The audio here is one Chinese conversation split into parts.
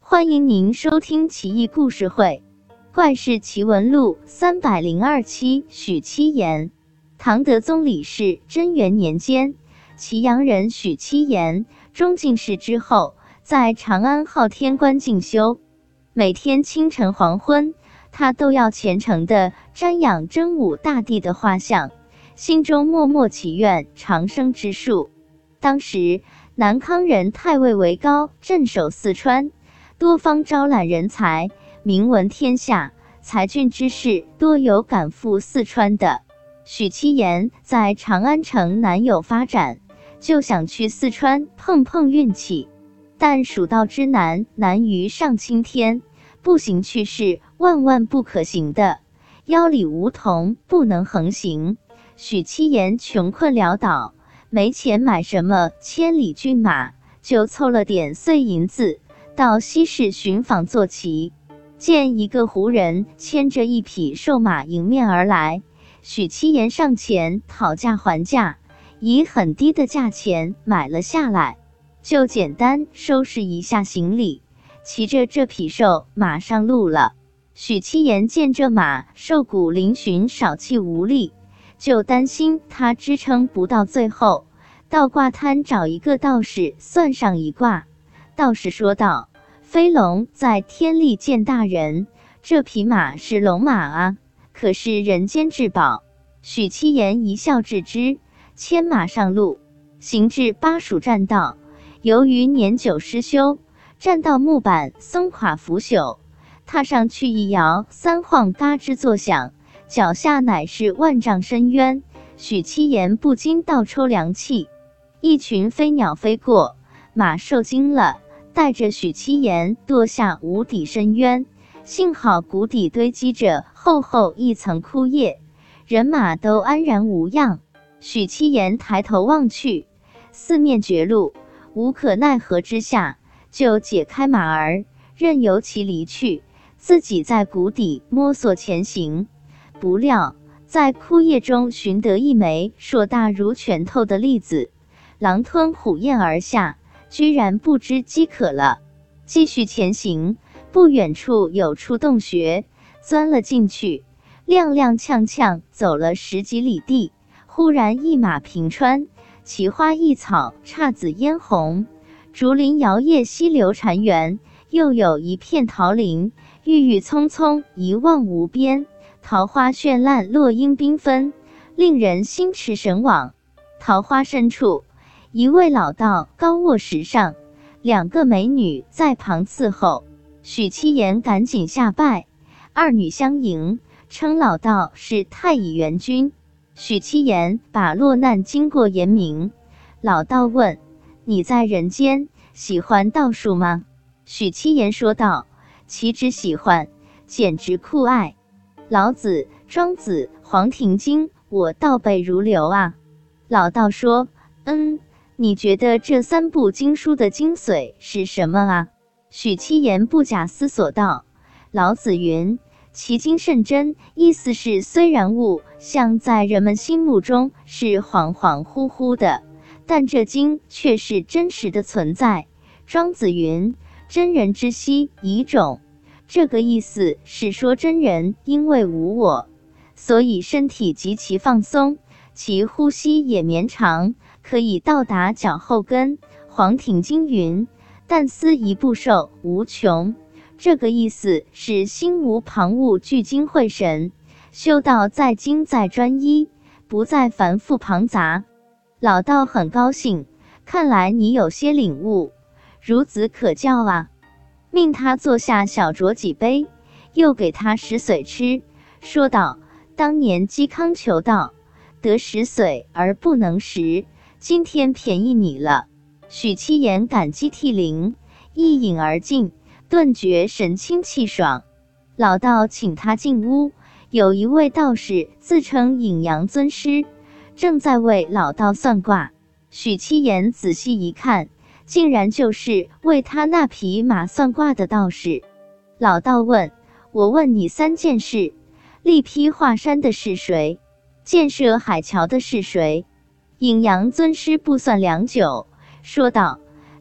欢迎您收听奇异故事会《怪事奇闻录》302期。许七言。唐德宗李氏贞元年间，祁阳人许七言中进士之后，在长安昊天观静修。每天清晨黄昏，他都要虔诚地瞻仰真武大帝的画像，心中默默祈愿长生之术。当时南康人太尉韦高镇守四川，多方招揽人才，名闻天下，才俊之士多有赶赴四川的。许七言在长安城南有发展，就想去四川碰碰运气，但蜀道之难，难于上青天，步行去是万万不可行的，腰里无铜，不能横行。许七言穷困潦倒，没钱买什么千里骏马，就凑了点碎银子，到西市寻访坐骑，见一个胡人牵着一匹瘦马迎面而来，许七言上前讨价还价，以很低的价钱买了下来，就简单收拾一下行李，骑着这匹瘦马上路了。许七言见这马瘦骨嶙峋，少气无力，就担心他支撑不到最后，到卦摊找一个道士算上一卦。道士说道：飞龙在天力见大人，这匹马是龙马啊，可是人间至宝。许七言一笑置之，牵马上路，行至巴蜀栈道，由于年久失修，栈道木板松垮腐朽，踏上去一摇三晃，嘎吱作响，脚下乃是万丈深渊。许七言不禁倒抽凉气。一群飞鸟飞过，马受惊了，带着许七言堕下无底深渊，幸好谷底堆积着厚厚一层枯叶，人马都安然无恙。许七言抬头望去，四面绝路，无可奈何之下，就解开马儿，任由其离去，自己在谷底摸索前行。不料在枯叶中寻得一枚硕大如拳头的栗子，狼吞虎咽而下，居然不知饥渴了。继续前行，不远处有处洞穴，钻了进去，踉踉跄跄走了10几里地，忽然一马平川，奇花异草姹紫嫣红，竹林摇曳溪流潺湲，又有一片桃林，郁郁葱葱一望无边，桃花绚烂，落英缤纷，令人心驰神往。桃花深处，一位老道高卧石上，2个美女在旁伺候。许七言赶紧下拜，二女相迎，称老道是太乙元君。许七言把落难经过言明。老道问：你在人间喜欢道术吗？许七言说道：岂止喜欢，简直酷爱。老子、庄子、黄庭经我倒背如流啊。老道说：你觉得这3部经书的精髓是什么啊？许七言不假思索道：老子云，其经甚真，意思是虽然物象在人们心目中是恍恍惚惚的，但这经却是真实的存在。庄子云，真人之息以种，这个意思是说真人因为无我，所以身体极其放松，其呼吸也绵长，可以到达脚后跟。黄庭经云，但思一步兽无穷，这个意思是心无旁骛，聚精会神，修道在精在专一，不再繁复庞杂。老道很高兴，看来你有些领悟，孺子可教啊。命他坐下小酌几杯，又给他食髓吃，说道：当年嵇康求道，得食髓而不能食，今天便宜你了。许七言感激涕零，一饮而尽，顿觉神清气爽。老道请他进屋，有一位道士自称隐阳尊师，正在为老道算卦。许七言仔细一看，竟然就是为他那匹马算卦的道士。老道问：我问你3件事，力劈华山的是谁？建设海桥的是谁？隐阳尊师不算良久，说道：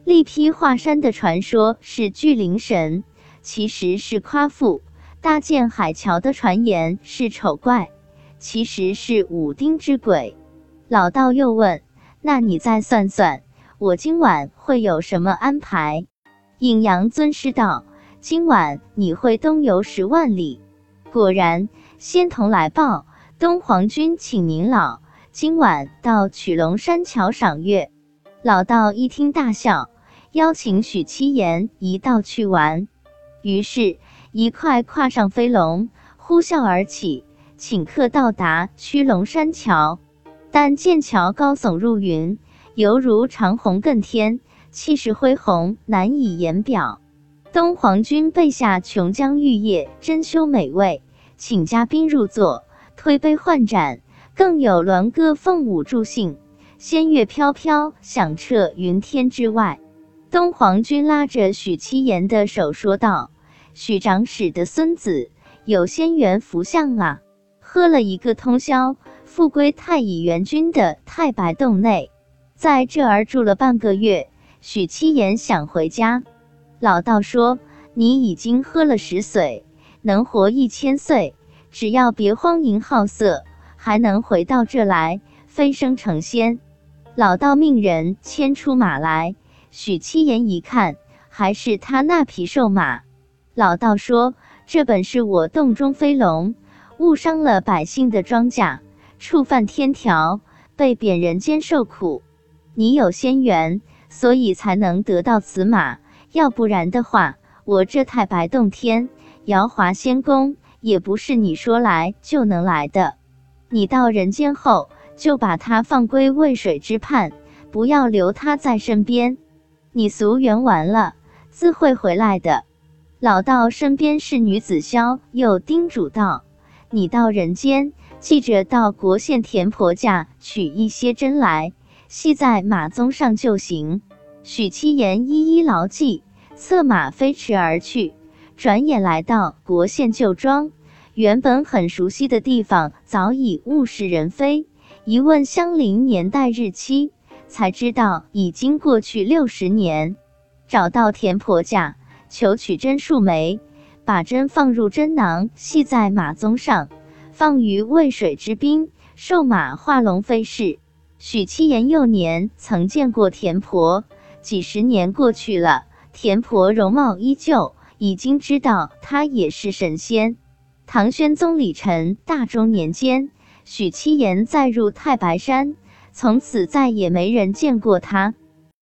力劈华山的传说是巨灵神，其实是夸父；搭建海桥的传言是丑怪，其实是五丁之鬼。老道又问：那你再算算，我今晚会有什么安排？应阳尊师道：今晚你会东游10万里。果然，仙童来报，东皇君请您老，今晚到曲龙山桥赏月。老道一听大笑，邀请许七言一道去玩。于是，一块跨上飞龙，呼啸而起，请客到达曲龙山桥。但见桥高耸入云，犹如长虹亘天，气势恢宏，难以言表。东皇君备下琼浆玉液，珍馐美味，请嘉宾入座，推杯换盏，更有鸾歌凤舞助兴，仙乐飘飘，响彻云天之外。东皇君拉着许七言的手说道：许长史的孙子有仙缘福相啊，喝了一个通宵，复归太乙元君的太白洞内，在这儿住了半个月。许七言想回家。老道说：你已经喝了10岁，能活1000岁，只要别荒淫好色，还能回到这来，飞升成仙。老道命人牵出马来，许七言一看，还是他那匹瘦马。老道说：这本是我洞中飞龙，误伤了百姓的庄稼，触犯天条，被贬人间受苦。你有仙缘，所以才能得到此马，要不然的话，我这太白洞天、瑶华仙宫也不是你说来就能来的。你到人间后，就把它放归渭水之畔，不要留它在身边。你俗缘完了，自会回来的。老道身边侍女子霄又叮嘱道：你到人间，记着到国县田婆家取一些针来，系在马鬃上就行。许七言一一牢记，策马飞驰而去。转眼来到国县旧庄，原本很熟悉的地方早已物是人非。一问相邻年代日期，才知道已经过去60年。找到田婆家，求取针数枚，把针放入针囊，系在马鬃上，放于渭水之滨，授马化龙飞逝。许七言幼年曾见过田婆，几十年过去了，田婆容貌依旧，已经知道她也是神仙。唐宣宗李忱大中年间，许七言再入太白山，从此再也没人见过他。